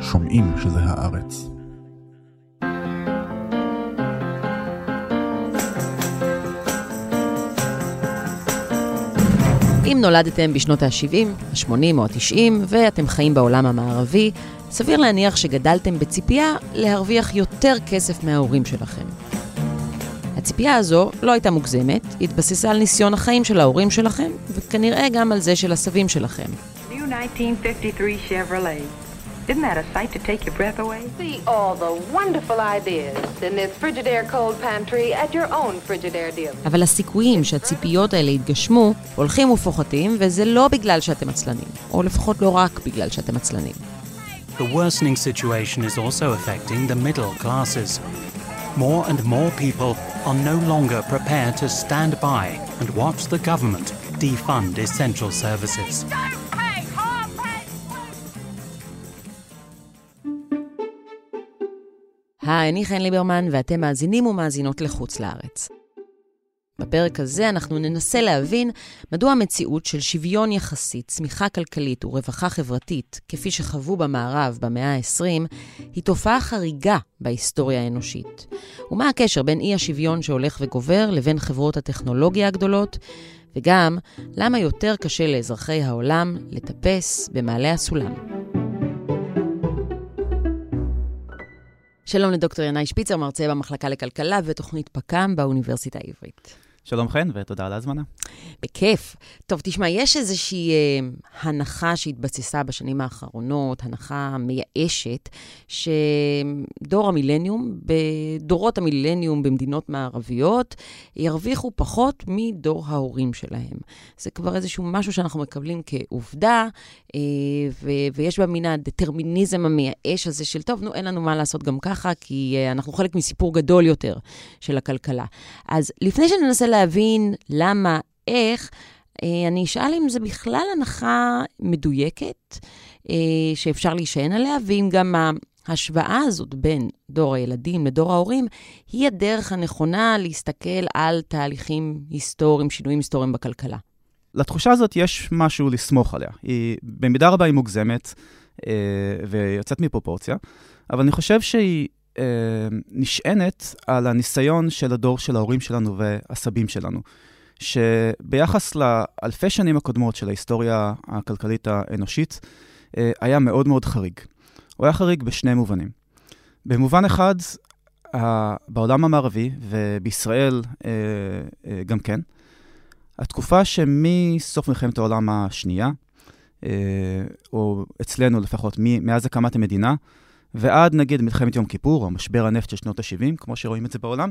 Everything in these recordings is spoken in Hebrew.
שומעים שזה הארץ. אם נולדתם בשנות ה-70, ה-80 או ה-90 ואתם חיים בעולם המערבי, סביר להניח שגדלתם בציפייה להרוויח יותר כסף מההורים שלכם. הציפייה הזו לא הייתה מוגזמת, התבססה על ניסיון החיים של ההורים שלכם, וכנראה גם על זה של הסבים שלכם. New 1953 Chevrolet. Isn't that a sight to take your breath away? See all the wonderful ideas in this Frigidaire cold pantry at your own Frigidaire dealer. אבל הסיכויים שהציפיות האלה יתגשמו הולכים ופוחתים, וזה לא בגלל שאתם עצלנים, או לפחות לא רק בגלל שאתם עצלנים. The worsening situation is also affecting the middle classes. More and more people are no longer prepared to stand by and watch the government defund essential services. היי, אני חן ליברמן ואתם מאזינים ומאזינות לחוץ לארץ. בפרק הזה אנחנו ננסה להבין מדוע המציאות של שוויון יחסי, צמיחה כלכלית ורווחה חברתית, כפי שחוו במערב במאה ה-20, היא תופעה חריגה בהיסטוריה האנושית. ומה הקשר בין אי השוויון שהולך וגובר לבין חברות הטכנולוגיה הגדולות, וגם למה יותר קשה לאזרחי העולם לטפס במעלה הסולם. שלום לדוקטור ינאי שפיצר, מרצה במחלקה לכלכלה ותוכנית פק"ם באוניברסיטה העברית. שלום חן, ותודה על ההזמנה. בכיף. טוב, תשמע, יש איזושהי הנחה שהתבססה בשנים האחרונות, הנחה מייאשת, שדור המילניום, בדורות המילניום במדינות מערביות, ירוויחו פחות מדור ההורים שלהם. זה כבר איזשהו משהו שאנחנו מקבלים כעובדה, ויש במין הדטרמיניזם המייאש הזה של, טוב, אין לנו מה לעשות גם ככה, כי אנחנו חלק מסיפור גדול יותר של הכלכלה. אז לפני שננסה להבין למה, איך, אני אשאל אם זה בכלל הנחה מדויקת, שאפשר להישען עליה, ואם גם ההשוואה הזאת בין דור הילדים לדור ההורים, היא הדרך הנכונה להסתכל על תהליכים היסטוריים, שינויים היסטוריים בכלכלה. לתחושה הזאת יש משהו לסמוך עליה. היא במידה רבה היא מוגזמת, ויוצאת מפרופורציה, אבל אני חושב שהיא נשענת על הניסיון של הדור של ההורים שלנו והסבים שלנו, שביחס לאלפי שנים הקודמות של ההיסטוריה הכלכלית האנושית, היה מאוד מאוד חריג. הוא היה חריג בשני מובנים. במובן אחד, בעולם המערבי, ובישראל גם כן, התקופה שמסוף מלחמת העולם השנייה, או אצלנו לפחות, מאז הקמת המדינה, ועד נגיד מלחמת יום כיפור, או משבר הנפט של שנות ה-70, כמו שרואים את זה בעולם,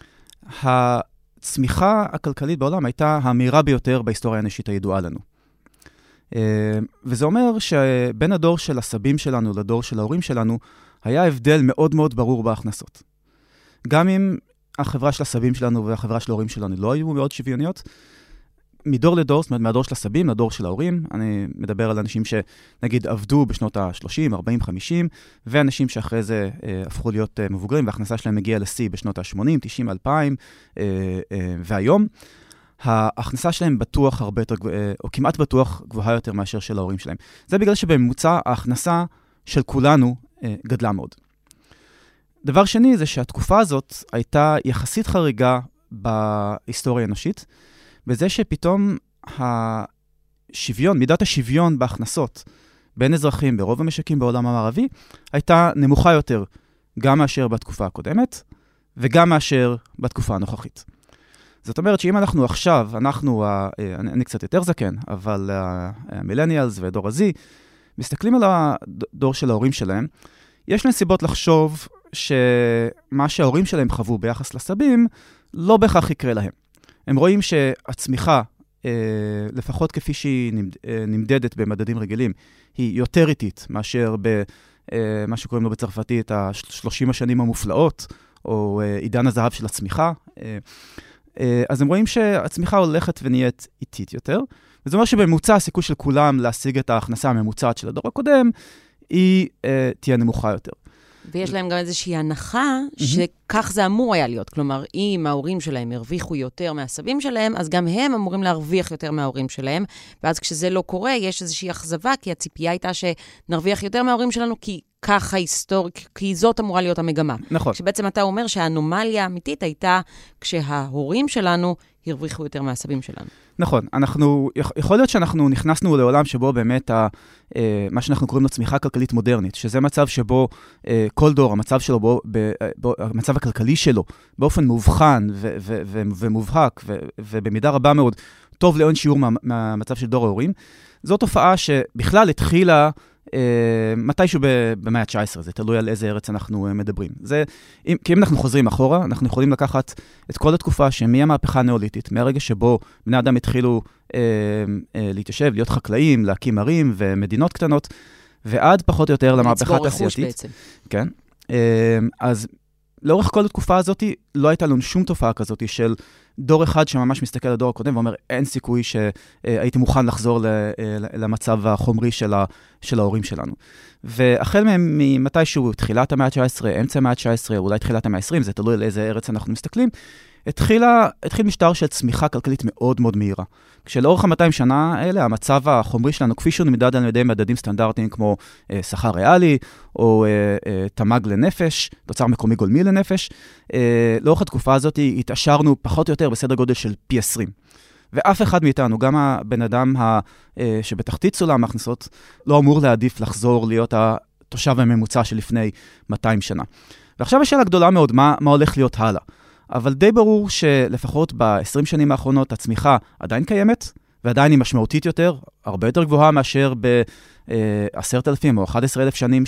הצמיחה הכלכלית בעולם הייתה המהירה ביותר בהיסטוריה האנושית הידועה לנו. וזה אומר שבין הדור של הסבים שלנו לדור של ההורים שלנו, היה הבדל מאוד מאוד ברור בהכנסות. גם אם החברה של הסבים שלנו והחברה של ההורים שלנו לא היו מאוד שוויוניות, מדור לדור, זאת אומרת, מהדור של הסבים לדור של ההורים, אני מדבר על אנשים שנגיד עבדו בשנות ה-30, 40, 50, ואנשים שאחרי זה הפכו להיות מבוגרים, וההכנסה שלהם מגיעה לשיא בשנות ה-80, 90, 2000, והיום, ההכנסה שלהם בטוח הרבה יותר, או כמעט בטוח גבוהה יותר מאשר של ההורים שלהם. זה בגלל שבממוצע ההכנסה של כולנו גדלה מאוד. דבר שני זה שהתקופה הזאת הייתה יחסית חריגה בהיסטוריה האנושית, בזה שפתאום השוויון, מידת השוויון בהכנסות בין אזרחים ברוב המשקים בעולם המערבי, הייתה נמוכה יותר גם מאשר בתקופה הקודמת, וגם מאשר בתקופה הנוכחית. זאת אומרת שאם אנחנו עכשיו, אני קצת יותר זקן, אבל המילניאלס ודור הזי, מסתכלים על הדור של ההורים שלהם, יש להם סיבות לחשוב שמה שההורים שלהם חוו ביחס לסבים, לא בהכרח יקרה להם. הם רואים שהצמיחה, לפחות כפי שהיא נמדדת במדדים רגילים, היא יותר איטית מאשר במה שקוראים לו בצרפתית, ה-30 השנים המופלאות, או עידן הזהב של הצמיחה. אז הם רואים שהצמיחה הולכת ונהיית איטית יותר, וזה אומר שבממוצע הסיכוי של כולם להשיג את ההכנסה הממוצעת של הדור הקודם, היא תהיה נמוכה יותר. ויש להם גם איזושהי הנחה שכך זה אמור היה להיות. כלומר, אם ההורים שלהם הרוויחו יותר מהסבים שלהם, אז גם הם אמורים להרוויח יותר מההורים שלהם, ואז כשזה לא קורה, יש איזושהי אכזבה, כי הציפייה הייתה שנרוויח יותר מההורים שלנו, כי ככה היסטורית, כי זאת אמורה להיות המגמה. נכון. שבעצם אתה אומר שהאנומליה האמיתית הייתה כשההורים שלנו הרוויחו יותר מהסבים שלנו. נכון, יכול להיות שאנחנו נכנסנו לעולם שבו באמת מה שאנחנו קוראים לו צמיחה כלכלית מודרנית, שזה מצב שבו כל דור, המצב הכלכלי שלו, באופן מובחן ומובהק, ובמידה רבה מאוד, טוב לאין שיעור מהמצב של דור ההורים. זו תופעה שבכלל התחילה מתישהו במאה ה-19, זה תלוי על איזה ארץ אנחנו מדברים. כי אם אנחנו חוזרים אחורה, אנחנו יכולים לקחת את כל התקופה שמהמהפכה הנאוליתית, מהרגע שבו בני אדם התחילו להתיישב, להיות חקלאים, להקים ערים ומדינות קטנות, ועד פחות או יותר למהפכה התעשייתית. כן. אז לאורך כל התקופה הזאת לא הייתה לנו שום תופעה כזאת של דור אחד שממש מסתכל לדור הקודם ואומר, אין סיכוי שהייתי מוכן לחזור למצב החומרי של ההורים שלנו. והחל ממתישהו, תחילת המאה ה-19, אמצע המאה ה-19, אולי תחילת המאה ה-20, זה תלוי על איזה ארץ אנחנו מסתכלים, התחיל משטר של צמיחה כלכלית מאוד מאוד מהירה. כשלאורך ה-200 שנה האלה, המצב החומרי שלנו, כפי שהוא נמדד על ידי מדדים סטנדרטיים כמו שכר ריאלי, או תמ"ג לנפש, תוצר מקומי גולמי לנפש, לאורך התקופה הזאת התעשרנו פחות או יותר בסדר גודל של פי 20. ואף אחד מאיתנו, גם הבן אדם שבתחתית סולם ההכנסות, לא אמור להעדיף לחזור להיות התושב הממוצע שלפני 200 שנה. ועכשיו השאלה גדולה מאוד, מה הולך להיות הלאה? אבל די ברור שלפחות ב-20 שנים האחרונות הצמיחה עדיין קיימת, ועדיין היא משמעותית יותר, הרבה יותר גבוהה מאשר ב-10,000 או 11,000 שנים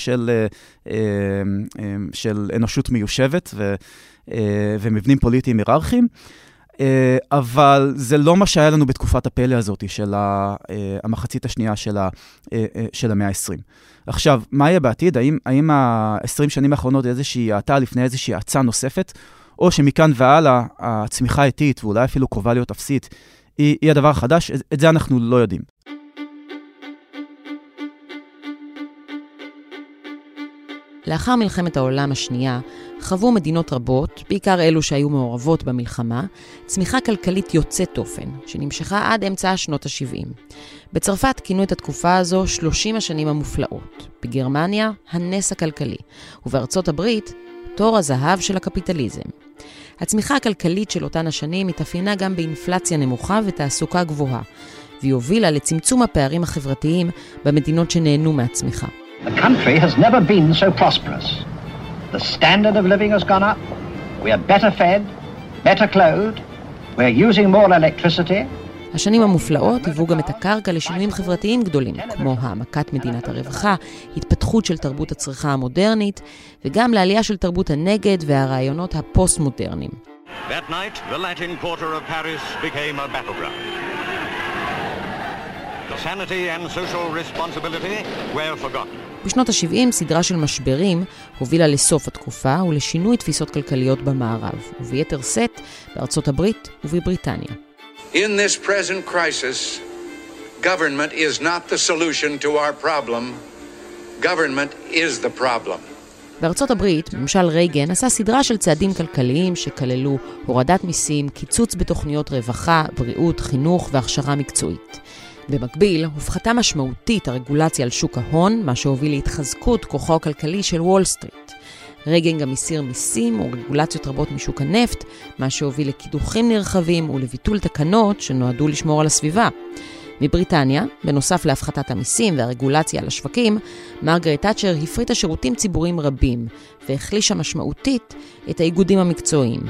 של אנושות מיושבת ומבנים פוליטיים היררכיים, אבל זה לא מה שהיה לנו בתקופת הפלא הזאת של המחצית השנייה של המאה ה-20. עכשיו, מה יהיה בעתיד? האם ה-20 שנים האחרונות איזושהי האטה לפני איזושהי האצה נוספת, או שמכאן והלאה הצמיחה איטית, ואולי אפילו קרובה להיות אפסית, היא הדבר החדש? את זה אנחנו לא יודעים. לאחר מלחמת העולם השנייה, חוו מדינות רבות, בעיקר אלו שהיו מעורבות במלחמה, צמיחה כלכלית יוצאת אופן, שנמשכה עד אמצע שנות ה-70. בצרפת כינו את התקופה הזו 30 השנים המופלאות. בגרמניה, הנס הכלכלי, ובארצות הברית, תור הזהב של הקפיטליזם. הצמיחה הכלכלית של אותן השנים התאפיינה גם באינפלציה נמוכה ותעסוקה גבוהה, והיא הובילה לצמצום הפערים החברתיים במדינות שנהנו מהצמיחה. The country has never been so prosperous. The standard of living has gone up. We are better fed, better clothed. We are using more electricity. השנים המופלאות היוו גם את הקרקע לשינויים חברתיים גדולים, כמו העמקת מדינת הרווחה, התפתחות של תרבות הצריכה המודרנית, וגם לעלייה של תרבות הנגד והרעיונות הפוסט-מודרניים. That night, the Latin Quarter of Paris became a battleground. The sanity and social responsibility were forgotten. בשנות ה-70 סדרה של משברים הובילה לסוף התקופה ולשינוי תפיסות כלכליות במערב, וביתר שאת בארצות הברית ובבריטניה. In this present crisis, government is not the solution to our problem. Government is the problem. בארצות הברית, ממשל רייגן עשה סדרה של צעדים כלכליים שכללו הורדת מיסים, קיצוץ בתוכניות רווחה, בריאות, חינוך והכשרה מקצועית. במקביל, הופחתה משמעותית הרגולציה על שוק ההון, מה שהוביל להתחזקות כוחו הכלכלי של וול סטריט. רייגן גם הסיר מיסים או רגולציות רבות משוק הנפט, מה שהוביל לקידוחים נרחבים ולביטול תקנות שנועדו לשמור על הסביבה. מבריטניה, בנוסף להפחתת המיסים והרגולציה על השווקים, מרגרט תאצ'ר הפריטה שירותים ציבוריים רבים, והחלישה משמעותית את האיגודים המקצועיים.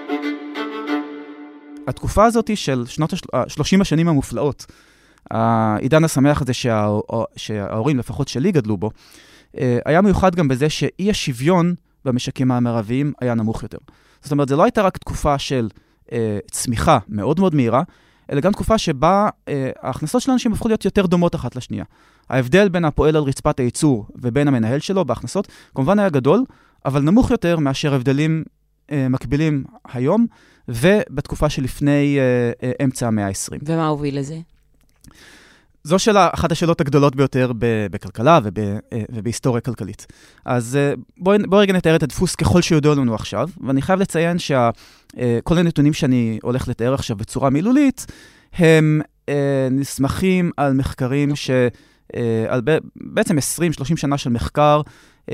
התקופה הזאת של 30 השנים המופלאות, העידן השמח הזה שההורים לפחות שלי גדלו בו, היה מיוחד גם בזה שאי השוויון במשקים המערביים היה נמוך יותר. זאת אומרת, זה לא הייתה רק תקופה של צמיחה מאוד מאוד מהירה, אלא גם תקופה שבה ההכנסות של אנשים הפכו להיות יותר דומות אחת לשנייה. ההבדל בין הפועל על רצפת הייצור ובין המנהל שלו בהכנסות, כמובן היה גדול, אבל נמוך יותר מאשר הבדלים מקבילים היום, ובתקופה שלפני אמצע המאה ה-20. ומה הוביל לזה? זו אחת השאלות הגדולות ביותר בכלכלה ובהיסטוריה כלכלית. אז בואו רגע נתאר את הדפוס ככל שיודע לנו עכשיו, ואני חייב לציין שכל הנתונים שאני הולך לתאר עכשיו בצורה מילולית, הם נסמכים על מחקרים על בעצם 20-30 שנה של מחקר,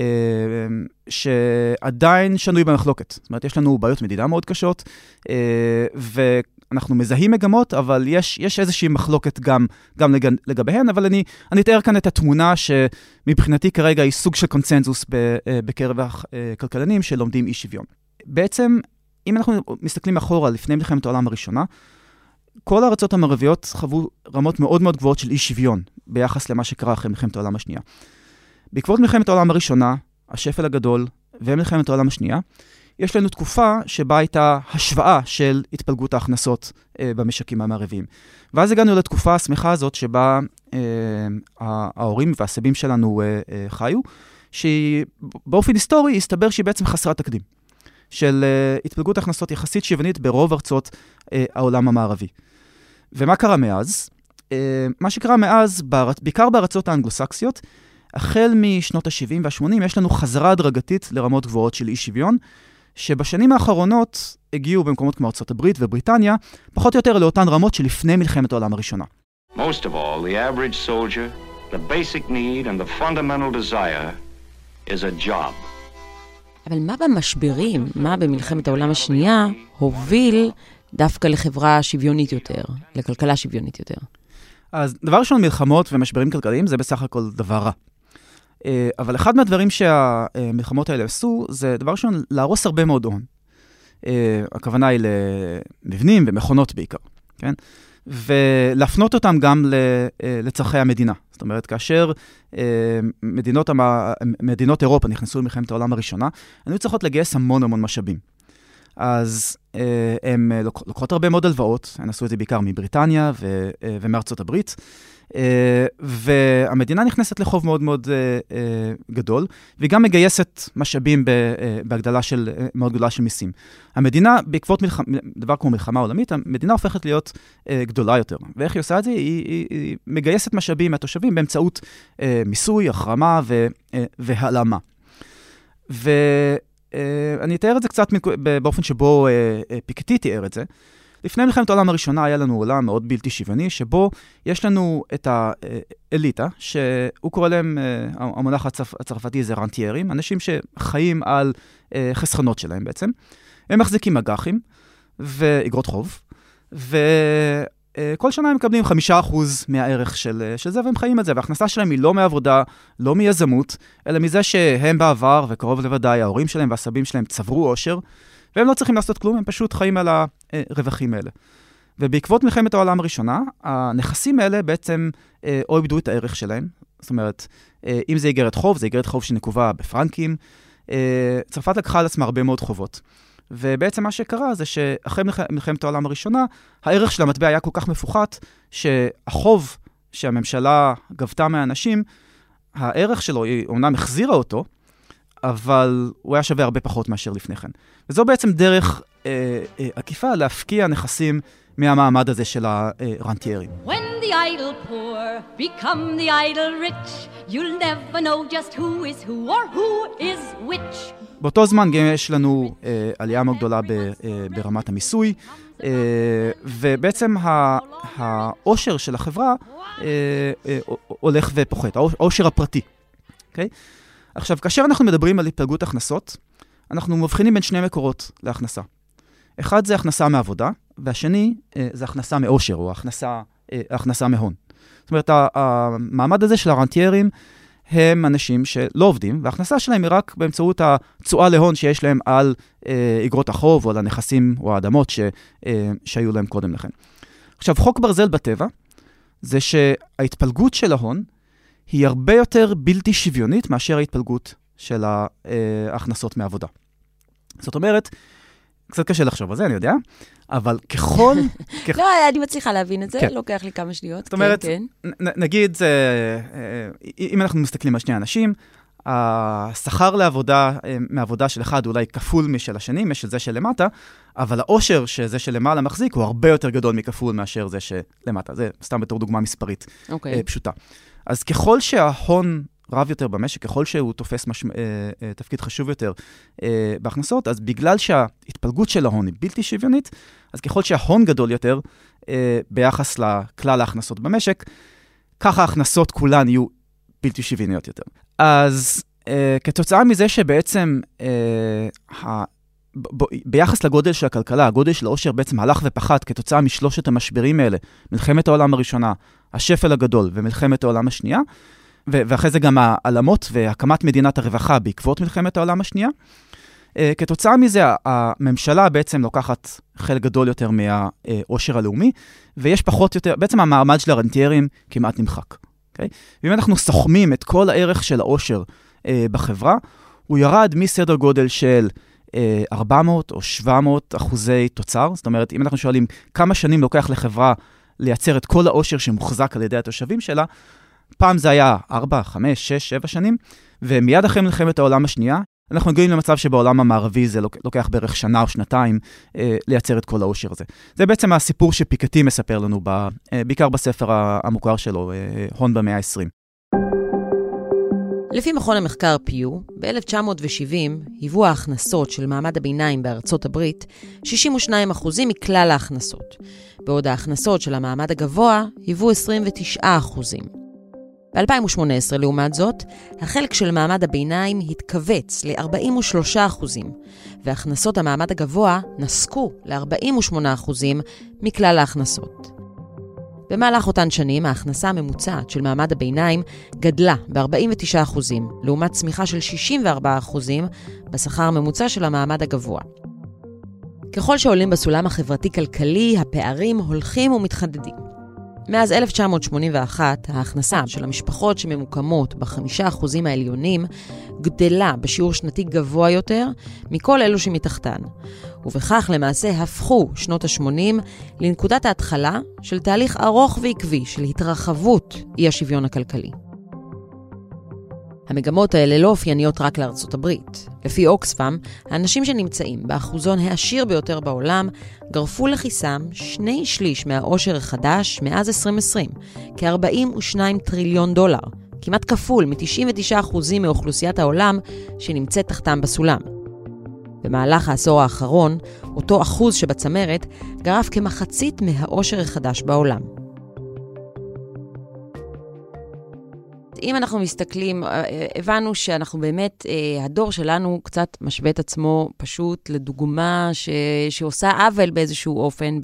שעדיין שנוי במחלוקת. זאת אומרת, יש לנו בעיות מדידה מאוד קשות, ואנחנו מזהים מגמות, אבל יש איזושהי מחלוקת גם לגביהן, אבל אני אתאר כאן את התמונה שמבחינתי כרגע היא סוג של קונצנזוס בקרב הכלכלנים שלומדים אי שוויון. בעצם, אם אנחנו מסתכלים אחורה לפני מלחמת העולם הראשונה, כל הארצות המערביות חוו רמות מאוד מאוד גבוהות של אי שוויון ביחס למה שקרה אחרי מלחמת העולם השנייה. בעקבות מלחמת העולם הראשונה, השפל הגדול ומלחמת העולם השנייה, יש לנו תקופה שבה הייתה השוואה של התפלגות ההכנסות במשקים המערביים. ואז הגענו לתקופה השמחה הזאת שבה ההורים והסבים שלנו חיו, שבאופן היסטורי הסתבר שהיא בעצם חסרת תקדים, של התפלגות הכנסות יחסית שוויונית ברוב ארצות העולם המערבי. ומה קרה מאז? מה שקרה מאז, בעיקר בארצות האנגלוסקסיות, החל משנות ה-70 וה-80 יש לנו חזרה הדרגתית לרמות גבוהות של אי שוויון, שבשנים האחרונות הגיעו במקומות כמו ארצות הברית ובריטניה, פחות או יותר לאותן רמות שלפני מלחמת העולם הראשונה. Most of all, the average soldier, the basic need and the fundamental desire is a job. אבל מה במשברים, מה במלחמת העולם השנייה, הוביל דווקא לחברה שוויונית יותר, לכלכלה שוויונית יותר? אז דבר ראשון, מלחמות ומשברים כלכליים זה בסך הכל דבר רע. אבל אחד מהדברים שהמלחמות האלה עשו, זה דבר ראשון, להרוס הרבה מאוד הון. הכוונה היא למבנים ומכונות בעיקר, כן? ולהפנות אותם גם לצרכי המדינה. זאת אומרת, כאשר מדינות אירופה נכנסו למלחמת העולם הראשונה, היו צריכות לגייס המון משאבים. אז הן לוקחות הרבה מאוד הלוואות, הן עשו את זה בעיקר מבריטניה ומארצות הברית, והמדינה נכנסת לחוב מאוד מאוד גדול, והיא גם מגייסת משאבים בהגדלה מאוד גדולה של מיסים. המדינה, בעקבות דבר כמו מלחמה עולמית, המדינה הופכת להיות גדולה יותר. ואיך היא עושה את זה? היא מגייסת משאבים מהתושבים באמצעות מיסוי, החרמה והעלמה. אני אתאר את זה קצת באופן שבו פיקטי תיאר את זה. לפני מלחמת העולם הראשונה היה לנו עולם מאוד בלתי שוויוני, שבו יש לנו את האליטה, שהוא קורא להם, המונח הצרפתי זה רנטיירים, אנשים שחיים על חסכונות שלהם בעצם. הם מחזיקים אג"חים ואגרות חוב, וכל שנה הם מקבלים 5% מהערך של זה, והם חיים את זה, וההכנסה שלהם היא לא מעבודה, לא מיזמות, אלא מזה שהם בעבר, וקרוב לוודאי, ההורים שלהם והסבים שלהם צברו עושר, והם לא צריכים לעשות כלום, הם פשוט חיים על הרווחים האלה. ובעקבות מלחמת העולם הראשונה, הנכסים האלה בעצם או איבדו את הערך שלהם. זאת אומרת, אם זה איגרת חוב, זה איגרת חוב שנקובה בפרנקים. צרפת לקחה על עצמה הרבה מאוד חובות. ובעצם מה שקרה זה שאחרי מלחמת העולם הראשונה, הערך של המטבע היה כל כך מפוחת, שהחוב שהממשלה גבתה מהאנשים, הערך שלו, היא אומנם החזירה אותו, אבל הוא היה שווה הרבה פחות מאשר לפני כן. וזו בעצם דרך עקיפה להפקיע נכסים מהמעמד הזה של הרנטיירים. When the idle poor become the idle rich, you'll never know just who is who or who is which. באותו זמן גם יש לנו עלייה מאוד גדולה ברמת המיסוי, ובעצם העושר של החברה הולך ופוחת, העושר הפרטי. אוקיי? עכשיו, כאשר אנחנו מדברים על התפלגות הכנסות, אנחנו מבחינים בין שני מקורות להכנסה. אחד זה הכנסה מעבודה, והשני זה הכנסה מעושר, או הכנסה מהון. זאת אומרת, המעמד הזה של הרנטיירים הם אנשים שלא עובדים, וההכנסה שלהם היא רק באמצעות התשואה להון שיש להם על אגרות החוב, או על הנכסים או האדמות שהיו להם קודם לכן. עכשיו, חוק ברזל בטבע, זה שההתפלגות של ההון, היא הרבה יותר בלתי שוויונית מאשר ההתפלגות של ההכנסות מעבודה. זאת אומרת, קצת קשה לחשוב על זה, אני יודע, אבל ככל... לא, אני מצליחה להבין את זה, לוקח לי כמה שניות. זאת אומרת, נגיד, אם אנחנו מסתכלים על שני אנשים, השכר לעבודה, מעבודה של אחד אולי כפול משל השני, משל זה שלמטה, אבל העושר שזה שלמעלה מחזיק הוא הרבה יותר גדול מכפול מאשר זה שלמטה. זה סתם בתור דוגמה מספרית פשוטה. אז ככל שההון רב יותר במשק, ככל שהוא תופס תפקיד חשוב יותר בהכנסות, אז בגלל שההתפלגות של ההון היא בלתי שוויונית, אז ככל שההון גדול יותר ביחס לכלל ההכנסות במשק, ככה ההכנסות כולן יהיו בלתי שוויוניות יותר. אז כתוצאה מזה שבעצם ביחס לגודל של הכלכלה, הגודל של העושר בעצם הלך ופחת כתוצאה משלושת המשברים האלה, מלחמת העולם הראשונה, השפל הגדול ומלחמת העולם השנייה, ואחרי זה גם העלמות והקמת מדינת הרווחה בעקבות מלחמת העולם השנייה. כתוצאה מזה, הממשלה בעצם לוקחת חלק גדול יותר מהעושר הלאומי, ויש פחות יותר, בעצם המעמד של הרנטיירים כמעט נמחק. Okay? ואם אנחנו סוכמים את כל הערך של העושר בחברה, הוא ירד מסדר גודל של 400 או 700% תוצר. זאת אומרת, אם אנחנו שואלים כמה שנים לוקח לחברה לייצר את כל העושר שמוחזק על ידי התושבים שלה, פעם זה היה 4, 5, 6, 7 שנים, ומיד אחרי מלחמת העולם השנייה, אנחנו מגיעים למצב שבעולם המערבי זה לוקח בערך שנה או שנתיים לייצר את כל העושר הזה. זה בעצם הסיפור שפיקטי מספר לנו, בעיקר בספר המוכר שלו, הון במאה ה-20. לפי מכון המחקר פיו, ב-1970 היוו ההכנסות של מעמד הביניים בארצות הברית 62% מכלל ההכנסות, בעוד ההכנסות של המעמד הגבוה היוו 29%. ב-2018, לעומת זאת, החלק של מעמד הביניים התכווץ ל-43%, והכנסות המעמד הגבוה נסקו ל-48% מכלל ההכנסות. במהלך אותן שנים, ההכנסה הממוצעת של מעמד הביניים גדלה ב-49%, לעומת צמיחה של 64% בשכר הממוצע של המעמד הגבוה. ככל שעולים בסולם החברתי-כלכלי, הפערים הולכים ומתחדדים. מאז 1981, ההכנסה של המשפחות שממוקמות ב5% העליונים גדלה בשיעור שנתי גבוה יותר מכל אלו שמתחתן. ובכך למעשה הפכו שנות ה-80 לנקודת ההתחלה של תהליך ארוך ועקבי של התרחבות אי השוויון הכלכלי. המגמות האלה לא אופייניות רק לארצות הברית. לפי אוקספאם, האנשים שנמצאים באחוזון העשיר ביותר בעולם גרפו לכיסם 2/3 מהעושר החדש מאז 2020, כ-42 טריליון דולר, כמעט כפול מ-99% מאוכלוסיית העולם שנמצאת תחתם בסולם. במהלך העשור האחרון, אותו אחוז שבצמרת גרף כמחצית מהעושר החדש בעולם. אם אנחנו מסתכלים, הבנו שאנחנו באמת, הדור שלנו קצת משווה את עצמו פשוט לדוגמה שעושה עוול באיזשהו אופן,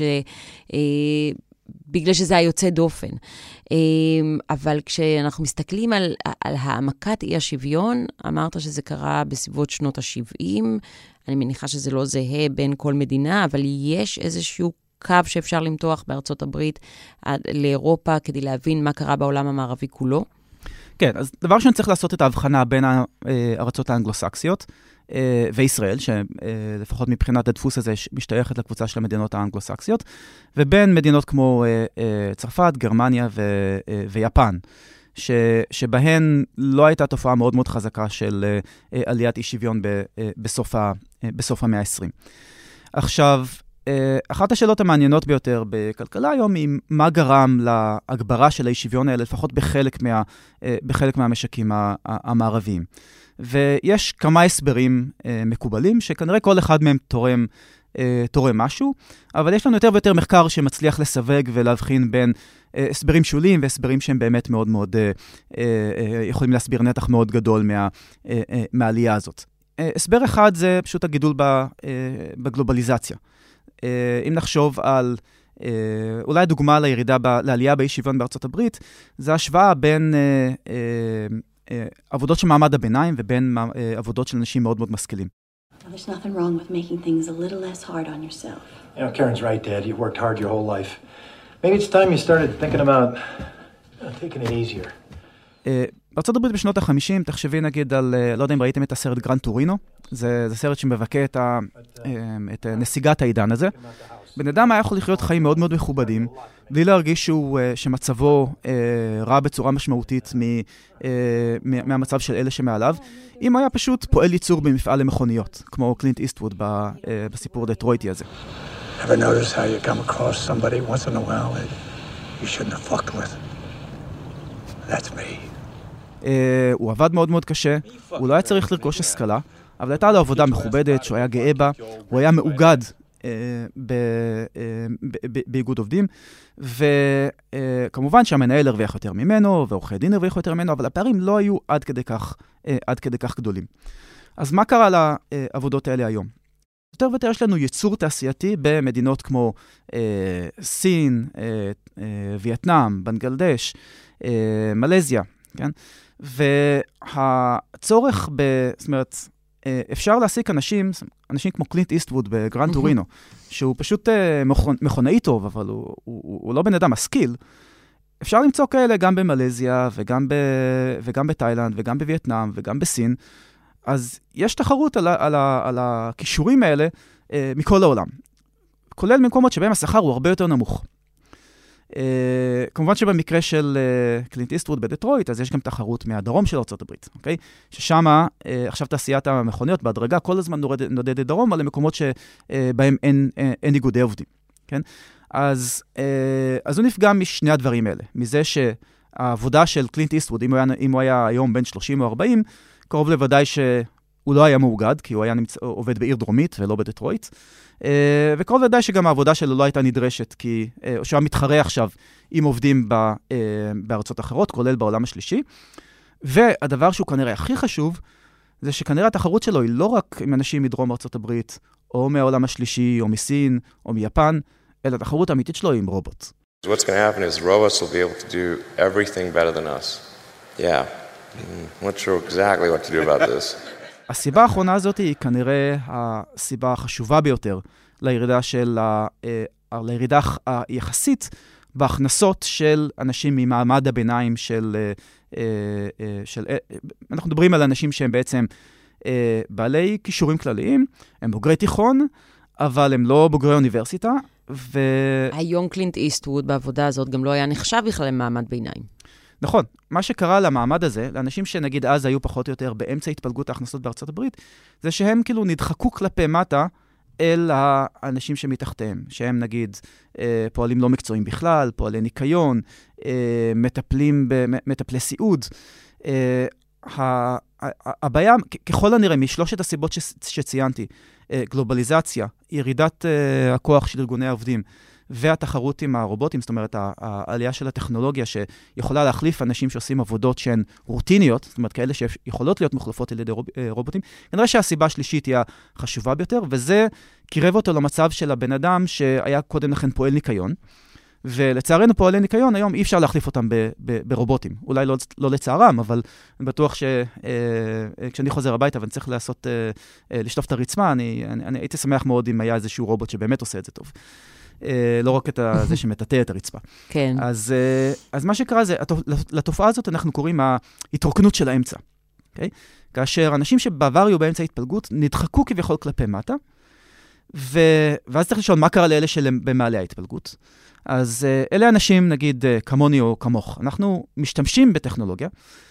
בגלל שזה היוצא דופן. אבל כשאנחנו מסתכלים על העמקת אי השוויון, אמרת שזה קרה בסביבות שנות ה-70, אני מניחה שזה לא זהה בין כל מדינה, אבל יש איזשהו קו שאפשר למתוח בארצות הברית לאירופה כדי להבין מה קרה בעולם המערבי כולו. כן, אז דבר שאני צריך לעשות את ההבחנה בין הארצות האנגלוסקסיות וישראל, שלפחות מבחינת הדפוס הזה משתייכת לקבוצה של המדינות האנגלוסקסיות, ובין מדינות כמו צרפת, גרמניה ויפן, שבהן לא הייתה תופעה מאוד מאוד חזקה של עליית אי שוויון בסוף המאה ה-20. עכשיו, אחת השאלות המעניינות ביותר בכלכלה היום היא מה גרם להגברה של האי שוויון האלה, לפחות בחלק מהמשקים המערביים. ויש כמה הסברים מקובלים, שכנראה כל אחד מהם תורם משהו, אבל יש לנו יותר ויותר מחקר שמצליח לסווג ולהבחין בין הסברים שוליים והסברים שהם באמת מאוד מאוד יכולים להסביר נתח מאוד גדול מהעלייה הזאת. הסבר אחד זה פשוט הגידול בגלובליזציה. אם נחשוב על אולי דוגמה לעלייה באי שוויון בארצות הברית, זה השוואה בין עבודות של מעמד הביניים ובין עבודות של אנשים מאוד מאוד משכילים. There's nothing wrong with making things a little less hard on yourself. You know, Karen's right, Dad. You've worked hard your whole life. Maybe it's time you started thinking about taking it easier. בארצות הברית בשנות ה-50, תחשבי נגיד על, לא יודע אם ראיתם את הסרט גרנד טורינו, זה סרט שמבקר את נסיגת העידן הזה. בן אדם היה יכול לחיות חיים מאוד מאוד מכובדים, בלי להרגיש שמצבו רע בצורה משמעותית מהמצב של אלה שמעליו, אם היה פשוט פועל ייצור במפעל למכוניות, כמו קלינט איסטווד בסיפור דטרויטי הזה. Ever notice how you come across somebody once in a while that you shouldn't have fucked with? That's me. הוא עבד מאוד מאוד קשה, הוא לא היה צריך לרכוש השכלה, אבל הייתה לו עבודה מכובדת שהוא היה גאה בה, הוא היה מאוגד באיגוד עובדים, וכמובן שהמנהל הרוויח יותר ממנו, ועורכי דין הרוויחו יותר ממנו, אבל הפערים לא היו עד כדי כך גדולים. אז מה קרה לעבודות האלה היום? יותר ויותר יש לנו ייצור תעשייתי במדינות כמו סין, וייטנאם, בנגלדש, מלזיה, כן? והצורך זאת אומרת, אפשר להסיק אנשים כמו קלינט איסטווד בגרנד טורינו, שהוא פשוט מכונאי טוב, אבל הוא לא בן אדם משכיל. אפשר למצוא כאלה גם במלזיה, וגם בתאילנד, וגם בווייטנאם, וגם בסין. אז יש תחרות על הכישורים האלה מכל העולם. כולל ממקומות שבהם השכר הוא הרבה יותר נמוך. כמובן שבמקרה של קלינט איסטווד בדטרויט, אז יש גם תחרות מהדרום של ארצות הברית, אוקיי? ששם, עכשיו תעשיית המכוניות בהדרגה, כל הזמן נודדת דרום, אבל למקומות שבהם אין איגודי עובדים, כן? אז הוא נפגע משני הדברים האלה. מזה שהעבודה של קלינט איסטווד, אם הוא היה היום בין 30 או 40, קרוב לוודאי שהוא לא היה מאוגד, כי הוא היה עובד בעיר דרומית ולא בדטרויט, וקרוב לוודאי שגם העבודה שלו לא הייתה נדרשת, כי שהוא היה מתחרה עכשיו עם עובדים בארצות אחרות, כולל בעולם השלישי. והדבר שהוא כנראה הכי חשוב, זה שכנראה התחרות שלו היא לא רק עם אנשים מדרום ארצות הברית, או מהעולם השלישי, או מסין, או מיפן, אלא התחרות האמיתית שלו היא עם רובוט. What's going to happen is robots will be able to do everything better than us. Yeah. I'm not sure exactly what to do about this. הסיבה האחרונה הזאת היא כנראה הסיבה החשובה ביותר לירידה היחסית בהכנסות של אנשים ממעמד הביניים אנחנו מדברים על אנשים שהם בעצם בעלי כישורים כלליים, הם בוגרי תיכון, אבל הם לא בוגרי אוניברסיטה. היום קלינט איסטווד בעבודה הזאת גם לא היה נחשב בכלל למעמד ביניים. נכון, מה שקרה למעמד הזה, לאנשים שנגיד אז היו פחות או יותר באמצע התפלגות ההכנסות בארצות הברית, זה שהם כאילו נדחקו כלפי מטה אל האנשים שמתחתיהם, שהם נגיד פועלים לא מקצועיים בכלל, פועלי ניקיון, מטפלי סיעוד. הבעיה, ככל הנראה, משלושת הסיבות שציינתי, גלובליזציה, ירידת הכוח של ארגוני העובדים, והתחרות עם הרובוטים, זאת אומרת, העלייה של הטכנולוגיה שיכולה להחליף אנשים שעושים עבודות שהן רוטיניות, זאת אומרת, כאלה שיכולות להיות מוחלפות על ידי רובוטים, כנראה שהסיבה השלישית היא החשובה ביותר, וזה קירב אותו למצב של הבן אדם שהיה קודם לכן פועל ניקיון, ולצערנו פועלי ניקיון, היום אי אפשר להחליף אותם ברובוטים. אולי לא לצערם, אבל אני בטוח שכשאני חוזר הביתה ואני צריך לשטוף את הרצמה, אני הייתי שמח מאוד אם היה איזשהו רובוט שבאמת עושה את זה טוב. לא רק את זה שמטאטא את הרצפה. כן. אז מה שקרה זה, לתופעה הזאת אנחנו קוראים ההתרוקנות של האמצע. כאשר אנשים שבעבר היו באמצע ההתפלגות, נדחקו כביכול כלפי מטה, ואז צריך לשאול מה קרה לאלה שבמעלה ההתפלגות. אז אלה אנשים, נגיד, כמוני או כמוך. אנחנו משתמשים בטכנולוגיה.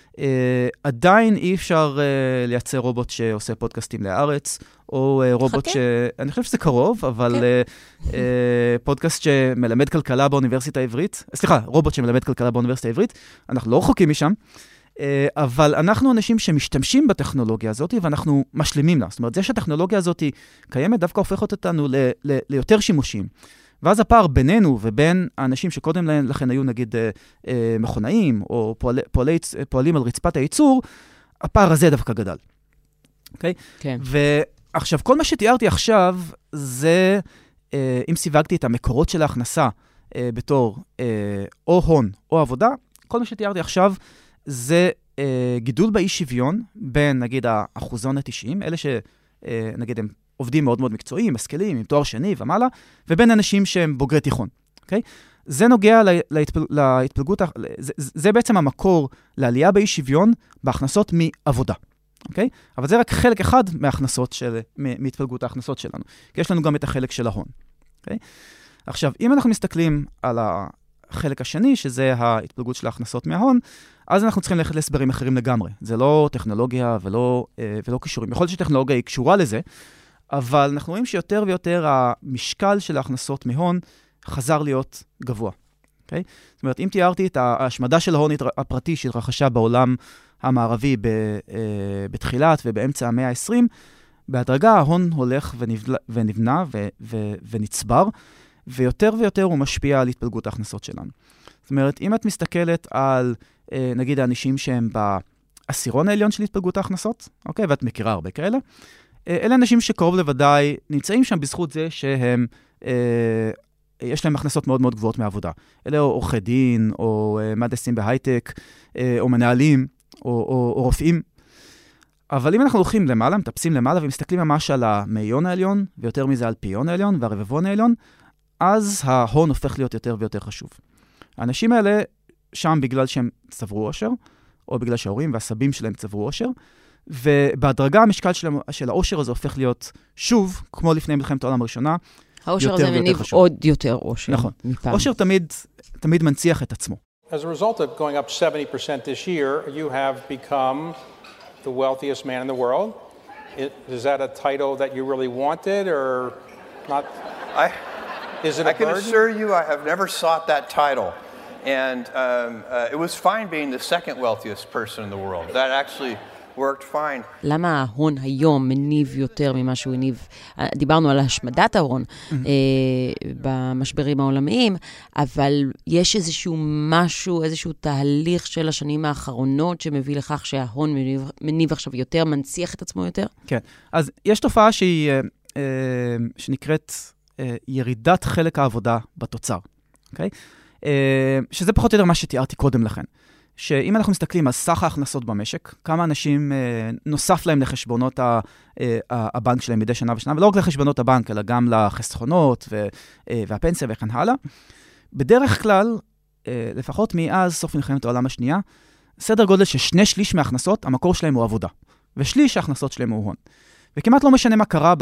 עדיין אי אפשר לייצר רובוט שעושה פודקאסטים לארץ, או רובוט אני חושב שזה קרוב, אבל פודקאסט שמלמד כלכלה באוניברסיטה העברית, סליחה, רובוט שמלמד כלכלה באוניברסיטה העברית, אנחנו לא רחוקים משם, אבל אנחנו אנשים שמשתמשים בטכנולוגיה הזאת, ואנחנו משלימים לה. זאת אומרת, זה שהטכנולוגיה הזאת קיימת, דווקא הופכת אותנו ליותר שימושים. ואז הפער בינינו ובין האנשים שקודם לכן היו נגיד מכונאים או פועלים על רצפת הייצור, הפער הזה דווקא גדל. אוקיי? כן. ועכשיו, כל מה שתיארתי עכשיו זה, אם סיווגתי את המקורות של ההכנסה בתור או הון או עבודה, כל מה שתיארתי עכשיו זה גידול באי שוויון בין נגיד האחוזון ה-90, אלה שנגיד הם עובדים מאוד מאוד מקצועיים, משכילים, עם תואר שני ומעלה, ובין אנשים שהם בוגרי תיכון, אוקיי? זה נוגע להתפלגות, זה בעצם המקור לעלייה באי שוויון בהכנסות מעבודה, אוקיי? אבל זה רק חלק אחד מההכנסות מהתפלגות ההכנסות שלנו, כי יש לנו גם את החלק של ההון, Okay? עכשיו, אם אנחנו מסתכלים על החלק השני, שזה ההתפלגות של ההכנסות מההון, אז אנחנו צריכים ללכת להסברים אחרים לגמרי. זה לא טכנולוגיה ולא קישורים. יכול להיות שטכנולוגיה היא קשורה לזה, אבל אנחנו רואים שיותר ויותר המשקל של ההכנסות מהון חזר להיות גבוה. Okay? זאת אומרת, אם תיארתי את ההשמדה של ההון הפרטי שהתרחשה בעולם המערבי בתחילת ובאמצע המאה ה-20, בהדרגה ההון הולך ונבנה ונצבר, ויותר ויותר הוא משפיע על התפלגות ההכנסות שלנו. זאת אומרת, אם את מסתכלת על, נגיד, האנשים שהם בעשירון העליון של התפלגות ההכנסות, אוקיי? ואת מכירה הרבה כאלה, אלה אנשים שקרוב לוודאי נמצאים שם בזכות זה שהם, יש להם הכנסות מאוד מאוד גבוהות מעבודה. אלה עורכי דין, או מהנדסים בהייטק, או מנהלים, או רופאים. אבל אם אנחנו הולכים למעלה, מטפסים למעלה ומסתכלים ממש על המאיון העליון, ויותר מזה על פיון העליון והרבבון העליון, אז ההון הופך להיות יותר ויותר חשוב. האנשים האלה שם בגלל שהם צברו עושר, או בגלל שההורים והסבים שלהם צברו עושר, ובהדרגה המשקל של העושר הזה הופך להיות שוב, כמו לפני מלחמת העולם הראשונה, העושר הזה מניב עוד יותר עושר. נכון. עושר תמיד מנציח את עצמו. As a result of going up 70% this year, you have become the wealthiest man in the world. Is that a title that you really wanted or not? Is it a burden? I can assure you I have never sought that title. And it was fine being the second wealthiest person in the world. That actually worked fine. למה ההון היום מניב יותר ממה שהוא הניב? דיברנו על השמדת ההון במשברים העולמיים, אבל יש איזשהו תהליך של השנים האחרונות שמביא לכך שההון מניב עכשיו יותר, מנציח את עצמו יותר? כן, אז יש תופעה שנקראת ירידת חלק העבודה בתוצר, אוקיי? שזה פחות או יותר מה שתיארתי קודם לכן. שאם אנחנו מסתכלים על סך ההכנסות במשק, כמה אנשים נוסף להם לחשבונות הבנק שלהם מדי שנה ושנה, ולא רק לחשבונות הבנק, אלא גם לחסכונות והפנסיה וכן הלאה. בדרך כלל, לפחות מאז סוף מלחמת העולם השנייה, סדר גודל ש2/3 מההכנסות, המקור שלהם הוא עבודה. ושליש ההכנסות שלהם הוא הון. וכמעט לא משנה מה קרה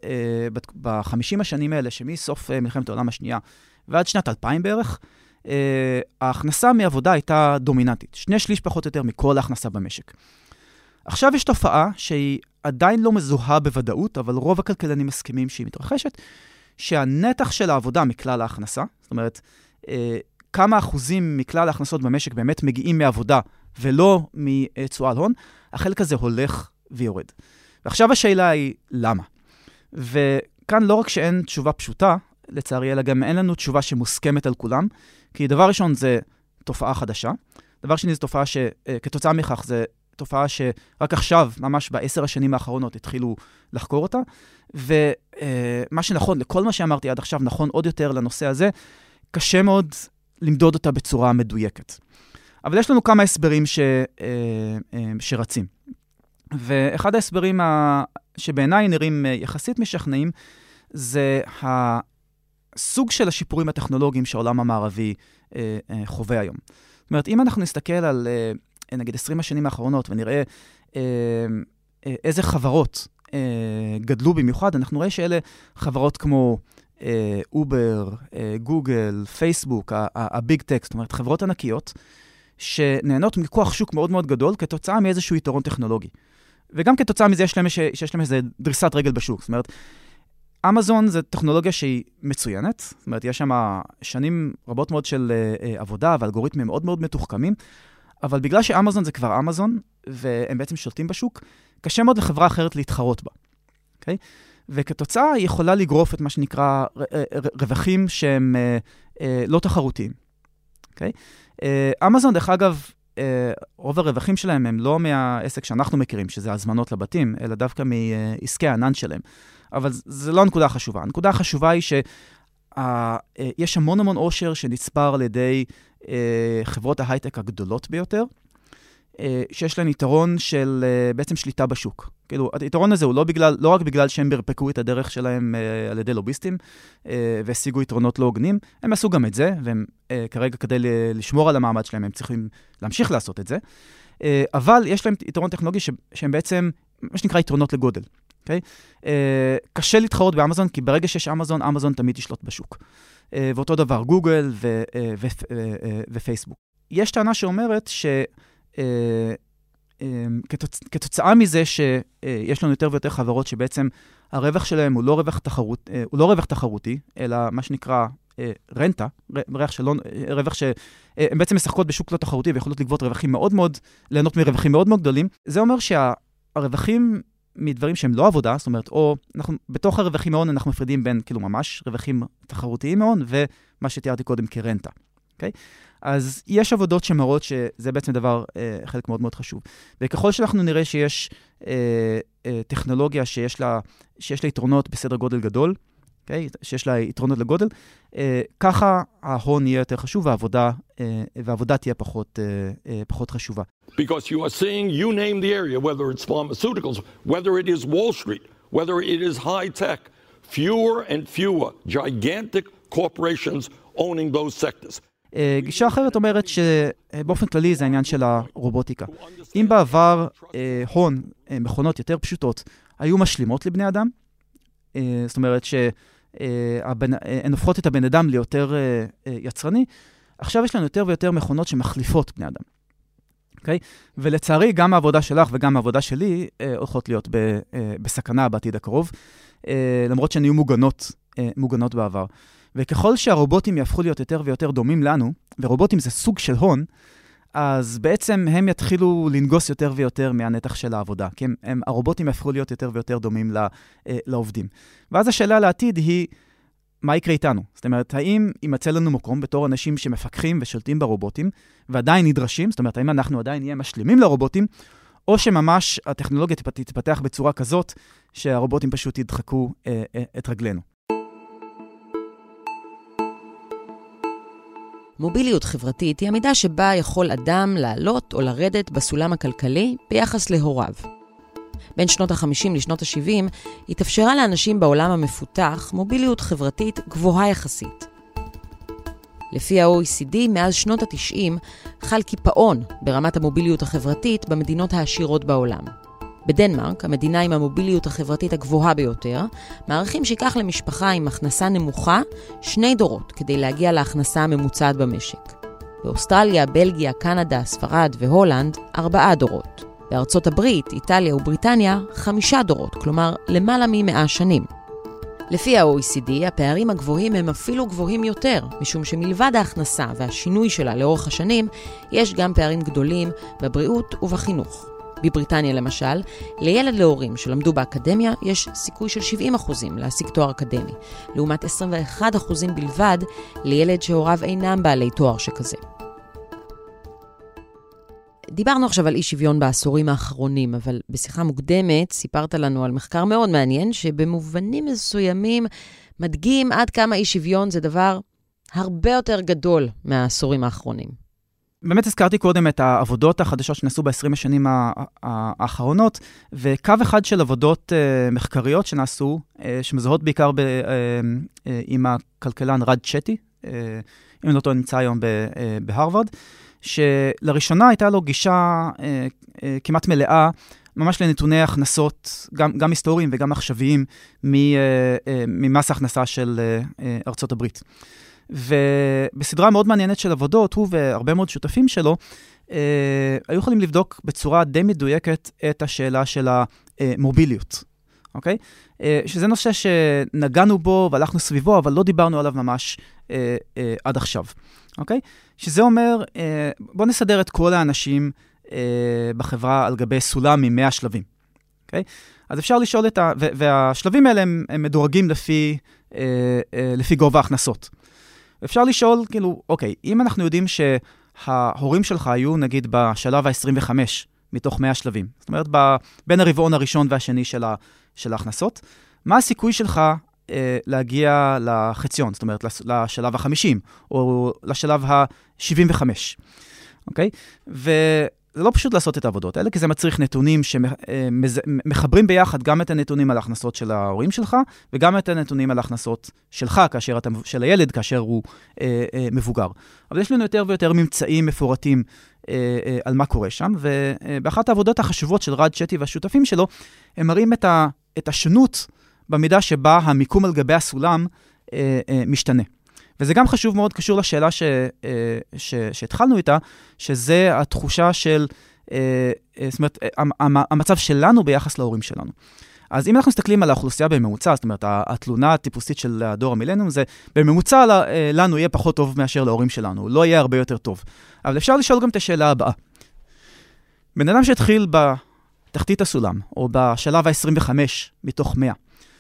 ב-50 השנים האלה, שמסוף מלחמת העולם השנייה ועד שנת 2000 בערך, ההכנסה מעבודה הייתה דומיננטית. 2/3 פחות או יותר מכל ההכנסה במשק. עכשיו יש תופעה שהיא עדיין לא מזוהה בוודאות, אבל רוב הכלכלנים מסכימים שהיא מתרחשת, שהנתח של העבודה מכלל ההכנסה, זאת אומרת, כמה אחוזים מכלל ההכנסות במשק באמת מגיעים מעבודה ולא מתשואה על הון, החלק הזה הולך ויורד. ועכשיו השאלה היא למה? וכאן לא רק שאין תשובה פשוטה, לצערי, אלא גם אין לנו תשובה שמוסכמת על כולם, כי דבר ראשון זה תופעה חדשה, דבר שני זה תופעה שכתוצאה מכך זה תופעה שרק עכשיו, ממש ב10 השנים האחרונות, התחילו לחקור אותה, ומה שנכון, לכל מה שאמרתי עד עכשיו, נכון עוד יותר לנושא הזה, קשה מאוד למדוד אותה בצורה מדויקת. אבל יש לנו כמה הסברים שרצים. ואחד ההסברים שבעיניי נראים יחסית משכנעים, זה הסוג של השיפורים הטכנולוגיים שהעולם המערבי חווה היום. זאת אומרת, אם אנחנו נסתכל על, נגיד, 20 השנים האחרונות, ונראה איזה חברות גדלו במיוחד, אנחנו רואה שאלה חברות כמו אובר, גוגל, פייסבוק, הביג טק, זאת אומרת, חברות ענקיות, שנהנות מכוח שוק מאוד מאוד גדול, כתוצאה מאיזשהו יתרון טכנולוגי. וגם כתוצאה מזה שיש להם איזו דריסת רגל בשוק. זאת אומרת, אמזון זה טכנולוגיה שהיא מצוינת, זאת אומרת, יש שם שנים רבות מאוד של עבודה ואלגוריתמים מאוד מאוד מתוחכמים, אבל בגלל שאמזון זה כבר אמזון, והם בעצם שולטים בשוק, קשה מאוד לחברה אחרת להתחרות בה. אוקיי? וכתוצאה היא יכולה לגרוף את מה שנקרא רווחים שהם לא תחרותיים. אוקיי? אמזון, דרך אגב, רוב הרווחים שלהם הם לא מהעסק שאנחנו מכירים, שזה הזמנות לבתים, אלא דווקא מעסקי הענן שלהם. אבל זה לא הנקודה החשובה. הנקודה החשובה היא שיש המון המון עושר שנצבר על ידי חברות ההייטק הגדולות ביותר, שיש להן יתרון של בעצם שליטה בשוק. כאילו, היתרון הזה הוא לא רק בגלל שהם ברפקו את הדרך שלהם על ידי לוביסטים, והשיגו יתרונות לא הוגנים, הם עשו גם את זה, והם כרגע כדי לשמור על המעמד שלהם, הם צריכים להמשיך לעשות את זה, אבל יש להם יתרון טכנולוגי שהם בעצם, מה שנקרא יתרונות לגודל. אוקיי? קשה להתחרות באמזון, כי ברגע שיש אמזון, אמזון תמיד תשלוט בשוק. ואותו דבר, גוגל ופייסבוק. יש טענה שאומרת כתוצאה מזה שיש לנו יותר ויותר חברות שבעצם הרווח שלהם הוא לא רווח תחרותי, אלא מה שנקרא רנטה, רווח שהן בעצם משחקות בשוק לא תחרותי ויכולות לגבות רווחים מאוד מאוד, ליהנות מרווחים מאוד מאוד גדולים. זה אומר שהרווחים מדברים שהם לא עבודה, זאת אומרת, או בתוך הרווחים מהון אנחנו מפרידים בין כאילו ממש רווחים תחרותיים מהון ומה שתיארתי קודם כרנטה. אוקיי? אז יש עבודות שמראות שזה בעצם דבר, חלק מאוד מאוד חשוב. וככל שאנחנו נראה שיש טכנולוגיה שיש לה יתרונות בסדר גודל גדול, okay? שיש לה יתרונות לגודל, ככה ההון יהיה יותר חשוב, והעבודה תהיה פחות חשובה. Because you are seeing, you name the area, whether it's pharmaceuticals, whether it is Wall Street, whether it is high tech, fewer and fewer gigantic corporations owning those sectors. גישה אחרת אומרת שבאופן כללי זה העניין של הרובוטיקה. אם בעבר הון, מכונות יותר פשוטות, היו משלימות לבני אדם, זאת אומרת שהן הופכות את הבן אדם ליותר יצרני, עכשיו יש לנו יותר ויותר מכונות שמחליפות בני אדם. אוקיי? ולצערי גם העבודה שלך וגם העבודה שלי הולכות להיות בסכנה בעתיד הקרוב, למרות שהן יהיו מוגנות בעבר. וככל שהרובוטים יהפכו להיות יותר ויותר דומים לנו, ורובוטים זה סוג של הון, אז בעצם הם יתחילו לנגוס יותר ויותר מהנתח של העבודה, כי הרובוטים יהפכו להיות יותר ויותר דומים לעובדים. ואז השאלה לעתיד היא, מה יקרה איתנו? זאת אומרת, האם יימצא לנו מקום בתור אנשים שמפקחים ושולטים ברובוטים, ועדיין נדרשים, זאת אומרת, האם אנחנו עדיין נהיה משלימים לרובוטים, או שממש הטכנולוגיה תתפתח בצורה כזאת, שהרובוטים פשוט ידחקו את רגלינו. מוביליות חברתית היא המידה שבה יכול אדם לעלות או לרדת בסולם הכלכלי ביחס להוריו. בין שנות ה-50 לשנות ה-70 התאפשרה לאנשים בעולם המפותח מוביליות חברתית גבוהה יחסית. לפי ה-OECD, מאז שנות ה-90 חל קיפאון ברמת המוביליות החברתית במדינות העשירות בעולם. בדנמרק, המדינה עם המוביליות החברתית הגבוהה ביותר, מעריכים שיקח למשפחה עם הכנסה נמוכה 2 דורות כדי להגיע להכנסה הממוצעת במשק. באוסטרליה, בלגיה, קנדה, ספרד והולנד 4 דורות. בארצות הברית, איטליה ובריטניה 5 דורות, כלומר למעלה מ100 שנים. לפי ה-OECD, הפערים הגבוהים הם אפילו גבוהים יותר, משום שמלבד ההכנסה והשינוי שלה לאורך השנים, יש גם פערים גדולים בבריאות ובחינוך. בבריטניה למשל, לילד להורים שלמדו באקדמיה יש סיכוי של 70% להשיג תואר אקדמי, לעומת 21% בלבד לילד שהוריו אינם בעלי תואר שכזה. דיברנו עכשיו על אי שוויון בעשורים האחרונים, אבל בשיחה מוקדמת סיפרת לנו על מחקר מאוד מעניין, שבמובנים מסוימים מדגים עד כמה אי שוויון זה דבר הרבה יותר גדול מהעשורים האחרונים. באמת הזכרתי קודם את העבודות החדשות שנעשו ב-20 השנים האחרונות, וקו אחד של עבודות מחקריות שנעשו, שמזוהות בעיקר עם הכלכלן רד צ'טי, אם לא טועה נמצא היום בהרווארד, שלראשונה הייתה לו גישה כמעט מלאה, ממש לנתוני הכנסות, גם היסטוריים וגם עכשוויים, ממס ההכנסה של ארצות הברית. ובסדרה מאוד מעניינת של עבודות, הוא והרבה מאוד שותפים שלו, היו יכולים לבדוק בצורה די מדויקת את השאלה של המוביליות. אוקיי? שזה נושא שנגענו בו והלכנו סביבו, אבל לא דיברנו עליו ממש עד עכשיו. אוקיי? שזה אומר, בוא נסדר את כל האנשים בחברה על גבי סולם עם 100 שלבים. אוקיי? אז אפשר לשאול והשלבים האלה הם מדורגים לפי גובה ההכנסות. אפשר לשאול, כאילו, אוקיי, אם אנחנו יודעים שההורים שלך היו, נגיד, בשלב ה-25 מתוך 100 שלבים, זאת אומרת, בין הרבעון הראשון והשני של ההכנסות, מה הסיכוי שלך להגיע לחציון, זאת אומרת, לשלב ה-50, או לשלב ה-75, אוקיי? זה לא פשוט לעשות את העבודות האלה, כי זה מצריך נתונים שמחברים ביחד גם את הנתונים על ההכנסות של ההורים שלך, וגם את הנתונים על ההכנסות שלך, של הילד, כאשר הוא מבוגר. אבל יש לנו יותר ויותר ממצאים מפורטים על מה קורה שם, ובאחת העבודות החשובות של רד צ'טי והשותפים שלו, הם מראים את את השונות במידה שבה המיקום על גבי הסולם משתנה. וזה גם חשוב מאוד, קשור לשאלה שהתחלנו איתה, שזה התחושה של, זאת אומרת, המצב שלנו ביחס להורים שלנו. אז אם אנחנו מסתכלים על האוכלוסייה בממוצע, זאת אומרת, התלונה הטיפוסית של הדור המילניום, זה בממוצע לנו יהיה פחות טוב מאשר להורים שלנו, לא יהיה הרבה יותר טוב. אבל אפשר לשאול גם את השאלה הבאה. בן אדם שהתחיל בתחתית הסולם, או בשלב ה-25 מתוך 100,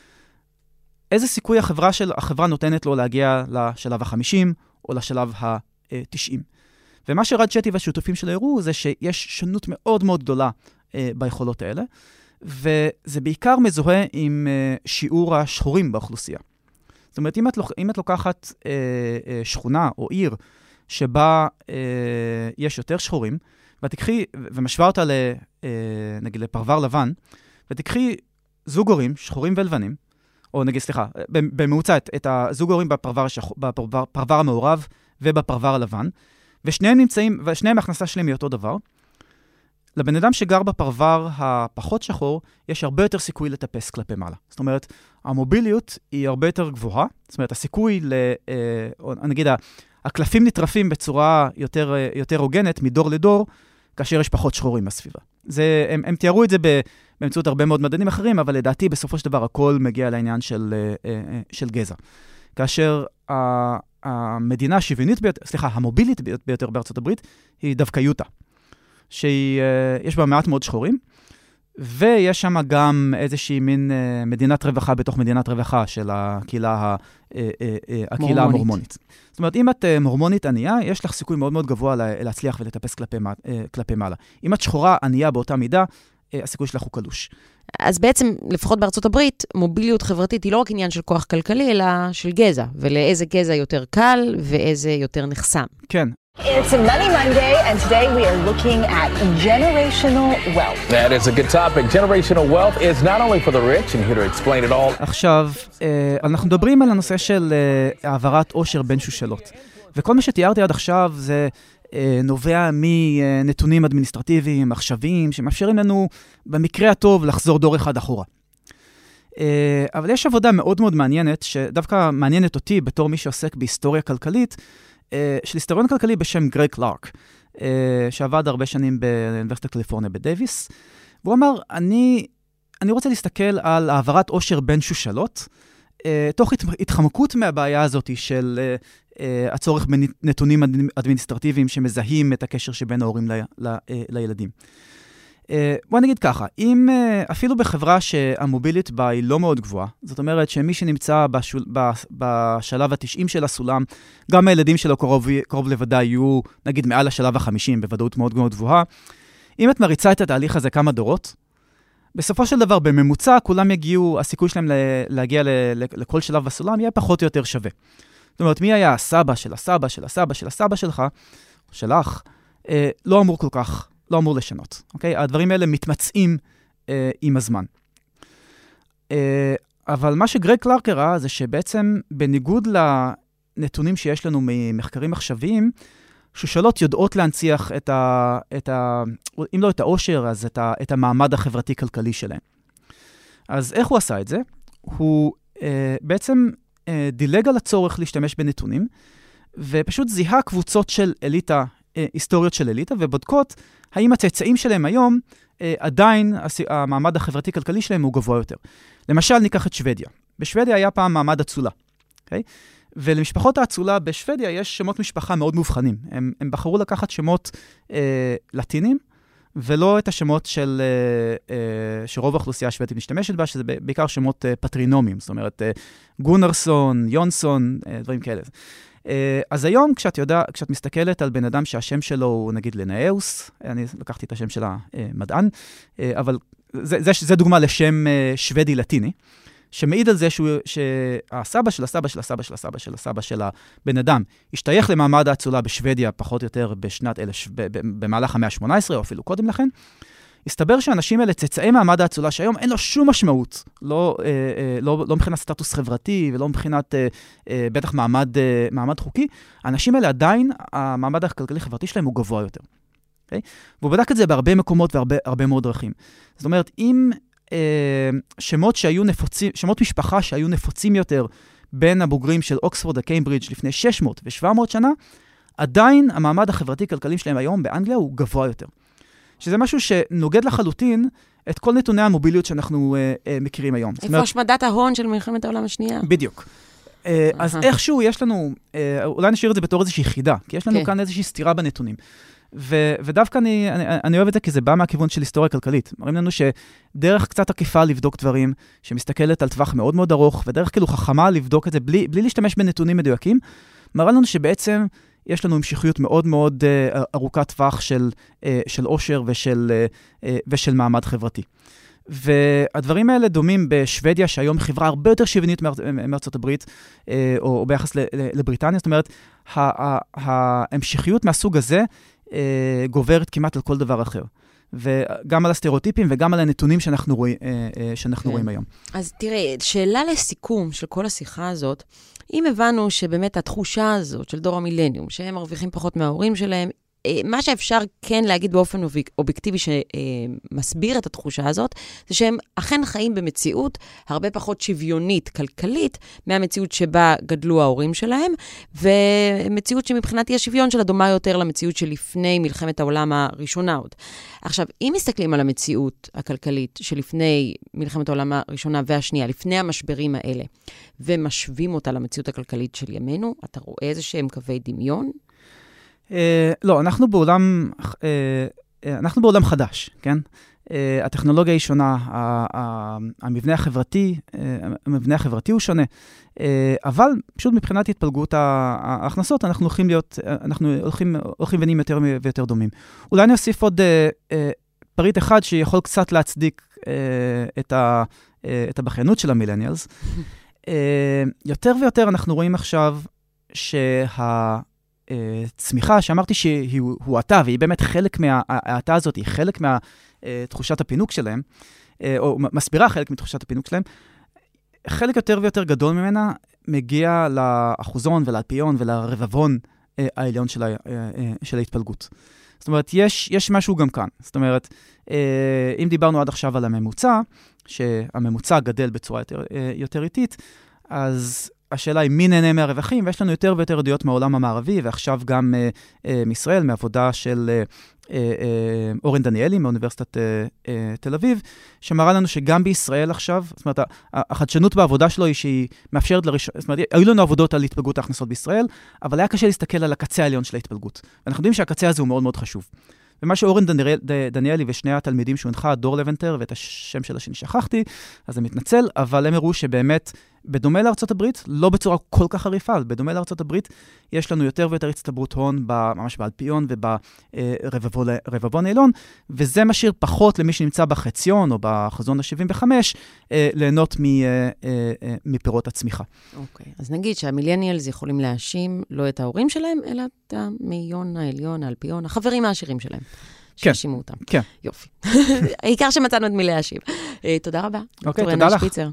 איזה סיכוי החברה נותנת לו להגיע לשלב ה-50 או לשלב ה-90? ומה שרד שטי והשותפים שלו הראו זה שיש שונות מאוד מאוד גדולה ביכולות האלה, וזה בעיקר מזוהה עם שיעור השחורים באוכלוסייה. זאת אומרת, אם את לוקחת שכונה או עיר שבה יש יותר שחורים, ותקחי, ומשווה אותה נגיד לפרבר לבן, ותקחי זוג הורים, שחורים ולבנים, או נגיד, סליחה, בממוצע את הזוג הורים בפרבר המעורב ובפרבר הלבן, ושניהם ההכנסה שלהם היא אותו דבר. לבן אדם שגר בפרבר הפחות שחור, יש הרבה יותר סיכוי לטפס כלפי מעלה. זאת אומרת, המוביליות היא הרבה יותר גבוהה, זאת אומרת, הסיכוי נגיד, הקלפים נטרפים בצורה יותר הוגנת מדור לדור, כאשר יש פחות שחורים בסביבה. הם תיארו את זה באמצעות הרבה מאוד מדענים אחרים, אבל לדעתי בסופו של דבר הכל מגיע לעניין של גזע. כאשר המדינה השוויונית ביותר, סליחה, המובילית ביותר בארצות הברית, היא דווקא יוטה. שיש בה מעט מאוד שחורים, ויש שם גם איזושהי מין מדינת רווחה בתוך מדינת רווחה של הקהילה המורמונית. זאת אומרת, אם את מורמונית ענייה, יש לך סיכוי מאוד מאוד גבוה להצליח ולטפס כלפי מעלה. אם את שחורה ענייה באותה מידה, הסיכוי שלך הוא קלוש. אז בעצם, לפחות בארצות הברית, מוביליות חברתית היא לא רק עניין של כוח כלכלי, אלא של גזע, ולאיזה גזע יותר קל ואיזה יותר נחסם. כן. It's a Money Monday, and today we are looking at generational wealth. That is a good topic. Generational wealth is not only for the rich, and here to explain it all. עכשיו, אנחנו מדברים על הנושא של העברת עושר בין שושלות. וכל מה שתיארתי עד עכשיו זה נובע מנתונים אדמיניסטרטיביים, עכשוויים, שמאפשרים לנו במקרה הטוב לחזור דור אחד אחורה. אבל יש עבודה מאוד מאוד מעניינת, שדווקא מעניינת אותי בתור מי שעוסק בהיסטוריה כלכלית, של היסטוריון כלכלי בשם גרג קלארק, שעבד הרבה שנים באוניברסיטת קליפורניה בדייוויס, והוא אמר, אני רוצה להסתכל על העברת עושר בין שושלות, תוך התחמקות מהבעיה הזאת של הצורך בנתונים אדמיניסטרטיביים שמזהים את הקשר שבין ההורים לילדים. בוא נגיד ככה, אם אפילו בחברה שהמוביליות בה היא לא מאוד גבוהה, זאת אומרת שמי שנמצא בשלב ה-90 של הסולם, גם הילדים שלו קרוב לוודאי יהיו נגיד מעל השלב ה-50 בוודאות מאוד מאוד גבוהה, אם את מריצה את התהליך הזה כמה דורות, בסופו של דבר בממוצע כולם יגיעו, הסיכוי שלהם להגיע לכל שלב בסולם יהיה פחות או יותר שווה. זאת אומרת, מי היה הסבא של הסבא של הסבא של הסבא שלך, שלך, לא אמור לשנות, אוקיי? הדברים האלה מתמצאים עם הזמן. אבל מה שגרג קלארק הראה זה שבעצם בניגוד לנתונים שיש לנו ממחקרים עכשוויים, שושלות יודעות להנציח אם לא את העושר, אז את המעמד החברתי-כלכלי שלהם. אז איך הוא עשה את זה? הוא בעצם דילג על הצורך להשתמש בנתונים, ופשוט זיהה קבוצות של אליטה, היסטוריות של אליטה, ובודקות האם הצאצאים שלהם היום, עדיין המעמד החברתי-כלכלי שלהם הוא גבוה יותר. למשל, ניקח את שוודיה. בשוודיה היה פעם מעמד אצולה. אוקיי? ולמשפחות האצולה בשוודיה יש שמות משפחה מאוד מובחנים. הם בחרו לקחת שמות לטינים, ולא את השמות שרוב האוכלוסייה השוודית משתמשת בה, שזה בעיקר שמות פטרינומיים. זאת אומרת, גונרסון, יונסון, דברים כאלה. אז היום כשאת מסתכלת על בן אדם שהשם שלו הוא נגיד לנאוס, אני לקחתי את השם של המדען, אבל זה דוגמה לשם שוודי לטיני, שמעיד על זה שהסבא של הסבא של הסבא של הסבא של הסבא של הבן אדם השתייך למעמד האצולה בשוודיה פחות או יותר במהלך המאה ה-18 או אפילו קודם לכן, הסתבר שאנשים האלה צאצאי מעמד האצולה שהיום אין לו שום משמעות, לא מבחינת סטטוס חברתי ולא מבחינת בטח מעמד חוקי, האנשים האלה עדיין, המעמד הכלכלי-חברתי שלהם הוא גבוה יותר. Okay? והוא בדק את זה בהרבה מקומות והרבה מאוד דרכים. זאת אומרת, אם שמות משפחה שהיו נפוצים יותר בין הבוגרים של אוקספורד וקיימברידג' לפני 600 ו-700 שנה, עדיין המעמד החברתי-כלכלי שלהם היום באנגליה הוא גבוה יותר. שזה משהו שנוגד לחלוטין את כל נתוני המוביליות שאנחנו מכירים היום. איפה השמדת ההון של מלחמת העולם השנייה? בדיוק. אז איכשהו יש לנו, אולי נשאיר את זה בתור איזושהי חידה, כי יש לנו כאן איזושהי סתירה בנתונים. ודווקא אני אוהב את זה כי זה בא מהכיוון של היסטוריה כלכלית. מראים לנו שדרך קצת עקיפה לבדוק דברים, שמסתכלת על טווח מאוד מאוד ארוך, ודרך כאילו חכמה לבדוק את זה בלי להשתמש בנתונים מדויקים, מראה לנו שבעצם יש לנו המשכיות מאוד מאוד ארוכת טווח של עושר ושל מעמד חברתי. והדברים האלה דומים בשוודיה, שהיום חברה הרבה יותר שוויונית מארצות הברית, או ביחס לבריטניה. זאת אומרת, ההמשכיות מהסוג הזה גוברת כמעט על כל דבר אחר. וגם על הסטריאוטיפים וגם על הנתונים שאנחנו רואים היום. אז תראה, שאלה לסיכום של כל השיחה הזאת, אם הבנו שבאמת התחושה הזאת של דור המילניום, שהם מרוויחים פחות מההורים שלהם, מה שאפשר כן להגיד באופן אובייקטיבי שמסביר את התחושה הזאת, זה שהם אכן חיים במציאות הרבה פחות שוויונית כלכלית מהמציאות שבה גדלו ההורים שלהם, ומציאות שמבחינת אי השוויון שלה דומה יותר למציאות שלפני מלחמת העולם הראשונה עוד. עכשיו, אם מסתכלים על המציאות הכלכלית שלפני מלחמת העולם הראשונה והשנייה, לפני המשברים האלה, ומשווים אותה למציאות הכלכלית של ימינו, אתה רואה איזה שהם קווי דמיון? לא, אנחנו בעולם חדש, כן? הטכנולוגיה היא שונה, המבנה החברתי הוא שונה, אבל פשוט מבחינת התפלגות ההכנסות, אנחנו הולכים ונהיים יותר ויותר דומים. אולי אני אוסיף עוד פריט אחד שיכול קצת להצדיק את הבחיינות של המילניאלס. יותר ויותר אנחנו רואים עכשיו צמיחה שאמרתי שהיא הואטה, והיא באמת חלק מההאטה הזאת, היא חלק מתחושת הפינוק שלהם, או מסבירה חלק מתחושת הפינוק שלהם, חלק יותר ויותר גדול ממנה מגיע לאחוזון ולאלפיון ולרבבון העליון של ההתפלגות. זאת אומרת, יש משהו גם כאן. זאת אומרת, אם דיברנו עד עכשיו על הממוצע, שהממוצע גדל בצורה יותר איטית, אז השאלה היא מי נהנה מהרווחים, ויש לנו יותר ויותר עדויות מהעולם המערבי, ועכשיו גם מישראל, מעבודה של אורן דניאלי, מאוניברסיטת תל אביב, שמראה לנו שגם בישראל עכשיו, זאת אומרת, החדשנות בעבודה שלו היא שהיא מאפשרת זאת אומרת, היו לנו עבודות על התפלגות ההכנסות בישראל, אבל היה קשה להסתכל על הקצה העליון של ההתפלגות. ואנחנו יודעים שהקצה הזה הוא מאוד מאוד חשוב. ומה שאורן דניאלי ושני התלמידים שהוא הנחה, דור לבנטר, ואת השם שלה ששכחתי, אז אני מתנצל, אבל הם הראו שבאמת, בדומה לארצות הברית, לא בצורה כל כך חריפה, אבל בדומה לארצות הברית, יש לנו יותר ויותר הצטברות הון, ממש באלפיון וברבבון העליון, וזה משאיר פחות למי שנמצא בחציון, או בחזון ה-75, ליהנות מפירות הצמיחה. אוקיי, אז נגיד שהמיליניאלס יכולים להאשים לא את ההורים שלהם, אלא את המאיון העליון, האלפיון, החברים העשירים שלהם. שישימו אותם. כן. יופי. העיקר שמצאנו את מי להשיב. תודה רבה. אוקיי, תודה לך. שפיצר.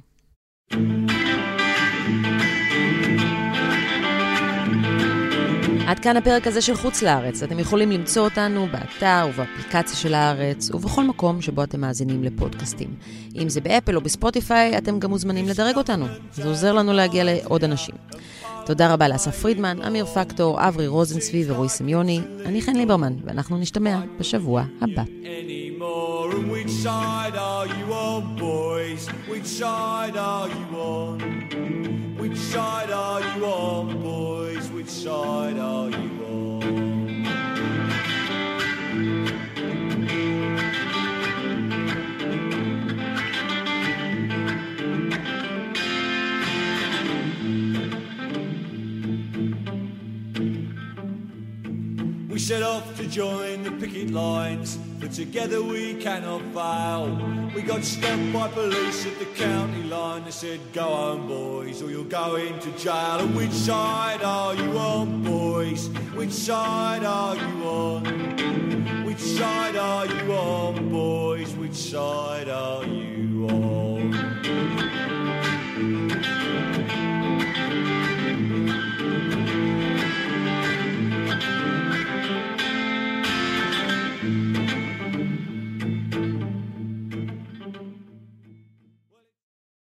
עד כאן הפרק הזה של חוץ לארץ. אתם יכולים למצוא אותנו באתר ובאפליקציה של הארץ, ובכל מקום שבו אתם מאזינים לפודקאסטים. אם זה באפל או בספוטיפיי, אתם גם מוזמנים לדרג אותנו. זה עוזר לנו להגיע לעוד אנשים. תודה רבה לאסף פרידמן, אמיר פקטור, אברי רוזנצבי ורועי סמיוני. אני חן ליברמן, ואנחנו נשתמע בשבוע הבא. Which side are you on, boys? Which side are you on? Which side are you on, boys? Which side are you on? We set off to join the picket lines, but together we cannot fail. We got stopped by police at the county line. They said, go home, boys, or you'll go into jail. And which side are you on, boys? Which side are you on? Which side are you on, boys? Which side are you on?